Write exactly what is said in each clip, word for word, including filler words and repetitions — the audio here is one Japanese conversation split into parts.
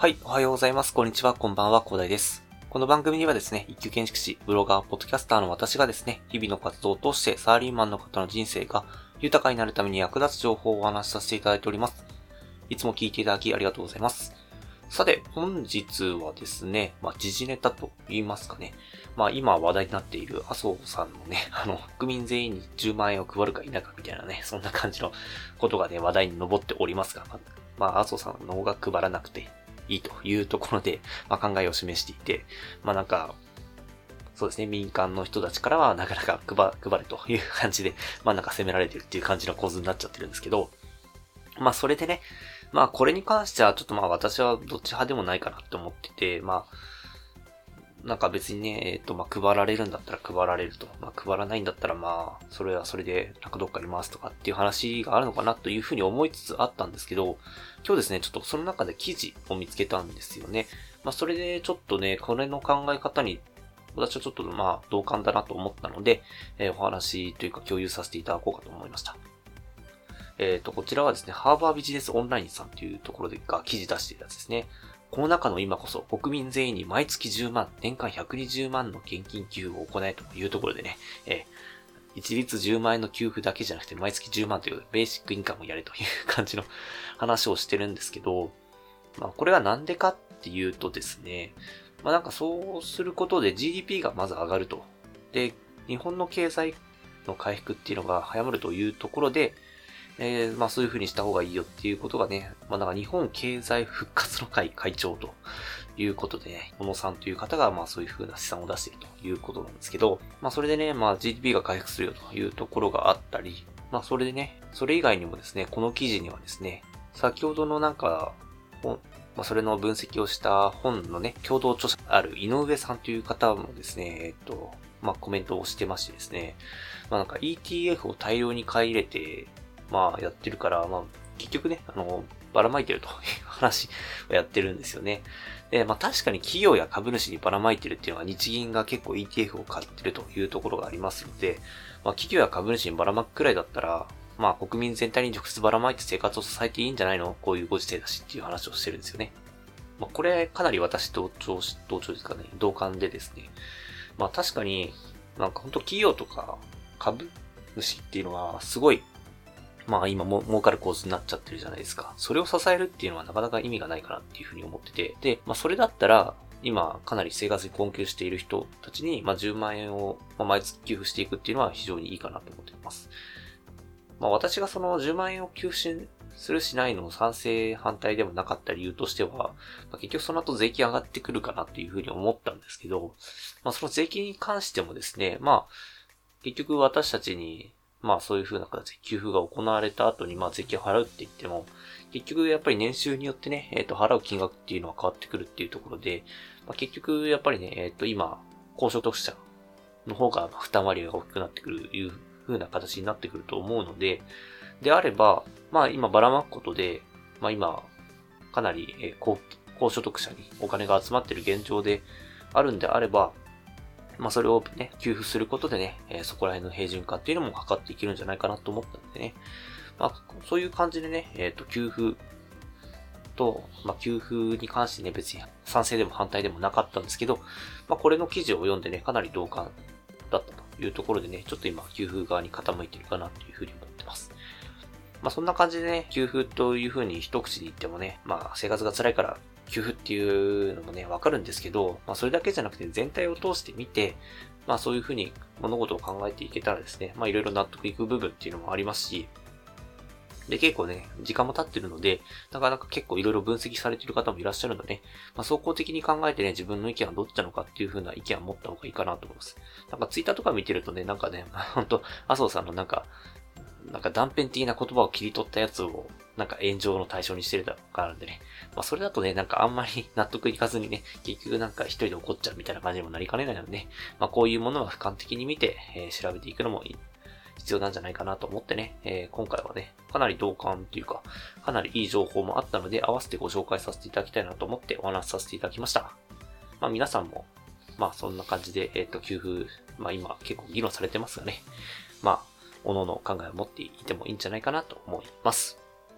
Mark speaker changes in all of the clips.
Speaker 1: はい、おはようございます。こんにちは、こんばんは、広大です。この番組にはですね、一級建築士、ブロガー、ポッドキャスターの私がですね、日々の活動を通してサラリーマンの方の人生が豊かになるために役立つ情報をお話しさせていただいております。いつも聞いていただきありがとうございます。さて、本日はですね、まあ、時事ネタと言いますかね。まあ、今話題になっている麻生さんのね、あの、国民全員にじゅうまんえんを配るか否かみたいなね、そんな感じのことがね、話題に上っておりますが、まあ、麻生さんの方が配らなくていいというところで、まあ、考えを示していて、まあなんか、そうですね、民間の人たちからはなかなか配配れという感じで、まあなんか責められてるっていう感じの構図になっちゃってるんですけど、まあそれでね、まあこれに関してはちょっとまあ私はどっち派でもないかなって思ってて、まあ、なんか別にね、えっと、まあ、配られるんだったら配られると。まあ、配らないんだったらまあ、それはそれで、なんかどっかに回すとかっていう話があるのかなというふうに思いつつあったんですけど、今日ですね、ちょっとその中で記事を見つけたんですよね。まあ、それでちょっとね、これの考え方に、私はちょっとまあ、同感だなと思ったので、えー、お話というか共有させていただこうかと思いました。えっと、こちらはですね、ハーバービジネスオンラインさんというところが記事出しているやつですね。コロナ禍の今こそ国民全員に毎月じゅうまん、年間ひゃくにじゅうまんの現金給付を行えというところでね、えー、一律じゅうまんえんの給付だけじゃなくて毎月じゅうまんというベーシックインカムをやれという感じの話をしてるんですけど、まあこれはなんでかっていうとですね、まあなんかそうすることで ジーディーピー がまず上がると。で、日本の経済の回復っていうのが早まるというところで、えー、まあそういう風にした方がいいよっていうことがね、まあなんか日本経済復活の会会長ということでね、小野さんという方がまあそういう風な試算を出しているということなんですけど、まあそれでね、まあ ジーディーピー が回復するよというところがあったり、まあそれでね、それ以外にもですね、この記事にはですね、先ほどのなんか、まあ、それの分析をした本のね、共同著者ある井上さんという方もですね、えっと、まあコメントをしてましてですね、まあなんか イーティーエフ を大量に買い入れて、まあやってるから、まあ結局ね、あの、ばらまいてるという話をやってるんですよね。で、まあ確かに企業や株主にばらまいてるっていうのは日銀が結構 イーティーエフ を買ってるというところがありますので、まあ企業や株主にばらまくくらいだったら、まあ国民全体に直接ばらまいて生活を支えていいんじゃないの？こういうご時世だしっていう話をしてるんですよね。まあこれかなり私同調し、同調ですかね、同感でですね。まあ確かになんか本当企業とか株主っていうのはすごいまあ今も儲かる構図になっちゃってるじゃないですか。それを支えるっていうのはなかなか意味がないかなっていうふうに思ってて。で、まあそれだったら、今かなり生活に困窮している人たちに、まあじゅうまんえんを毎月給付していくっていうのは非常にいいかなと思っています。まあ私がそのじゅうまんえんを給付するしないの賛成反対でもなかった理由としては、まあ、結局その後税金上がってくるかなっていうふうに思ったんですけど、まあその税金に関してもですね、まあ結局私たちにまあそういう風な形で給付が行われた後にまあ税金を払うって言っても、結局やっぱり年収によってね、えっと払う金額っていうのは変わってくるっていうところで、まあ、結局やっぱりね、えっと今、高所得者の方が負担割合が大きくなってくるいう風な形になってくると思うので、であれば、まあ今ばらまくことで、まあ今、かなり高高所得者にお金が集まっている現状であるんであれば、まあそれをね、給付することでね、えー、そこら辺の平準化っていうのも図っていけるんじゃないかなと思ったんでね。まあそういう感じでね、えっと、給付と、まあ給付に関してね、別に賛成でも反対でもなかったんですけど、まあこれの記事を読んでね、かなり同感だったというところでね、ちょっと今給付側に傾いてるかなというふうに思ってます。まあそんな感じでね、給付というふうに一口に言ってもね、まあ生活が辛いから給付っていうのもね、わかるんですけど、まあそれだけじゃなくて全体を通して見て、まあそういうふうに物事を考えていけたらですね、まあいろいろ納得いく部分っていうのもありますし、で結構ね、時間も経ってるので、なかなか結構いろいろ分析されている方もいらっしゃるので、まあ総合的に考えてね、自分の意見はどっちなのかっていう風な意見を持った方がいいかなと思います。なんかツイッターとか見てるとね、なんかね、ほんと、麻生さんのなんか、なんか断片的な言葉を切り取ったやつを、なんか炎上の対象にしてるだろうからんでね。まあそれだとね、なんかあんまり納得いかずにね、結局なんか一人で怒っちゃうみたいな感じにもなりかねないのでね。まあこういうものは俯瞰的に見て、えー、調べていくのもいい。必要なんじゃないかなと思ってね、えー、今回はね、かなり同感っていうか、かなりいい情報もあったので、合わせてご紹介させていただきたいなと思ってお話しさせていただきました。まあ皆さんも、まあそんな感じで、えっと、給付、まあ今結構議論されてますがね、まあ、各々考えを持っていてもいいんじゃないかなと思います。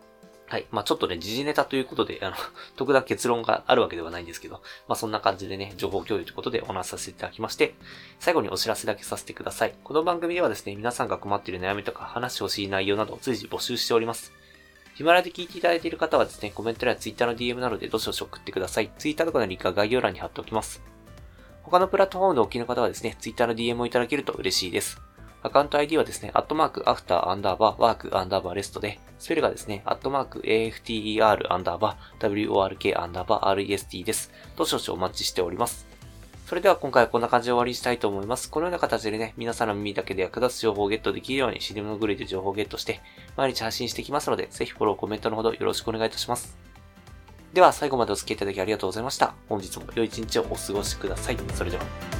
Speaker 1: はい。まあちょっとね、時事ネタということで、あの、特段結論があるわけではないんですけど、まあそんな感じでね、情報共有ということでお話しさせていただきまして、最後にお知らせだけさせてください。この番組ではですね、皆さんが困っている悩みとか話してほしい内容などを随時募集しております。ヒマラヤで聞いていただいている方はですね、コメント欄や Twitter の ディーエム などでどしどし送ってください。Twitter とかのリンクは概要欄に貼っておきます。他のプラットフォームでお聞きの方はですね、Twitter の ディーエム をいただけると嬉しいです。アカウント アイディー はですね、アットマーク、アフター、アンダーバー、ワーク、アンダーバー、レストで、スペルがですね、アットマーク、エーエフティーイーアール、アンダーバー、ダブリューオーアールケー、アンダーバー、アールイーエスティー です。どしどしお待ちしております。それでは今回はこんな感じで終わりにしたいと思います。このような形でね、皆さんの耳だけで役立つ情報をゲットできるように、シネムのグレーで情報をゲットして、毎日発信していきますので、ぜひフォロー、コメントのほどよろしくお願いいたします。では最後までお付き合いいただきありがとうございました。本日も良い一日をお過ごしください。それでは。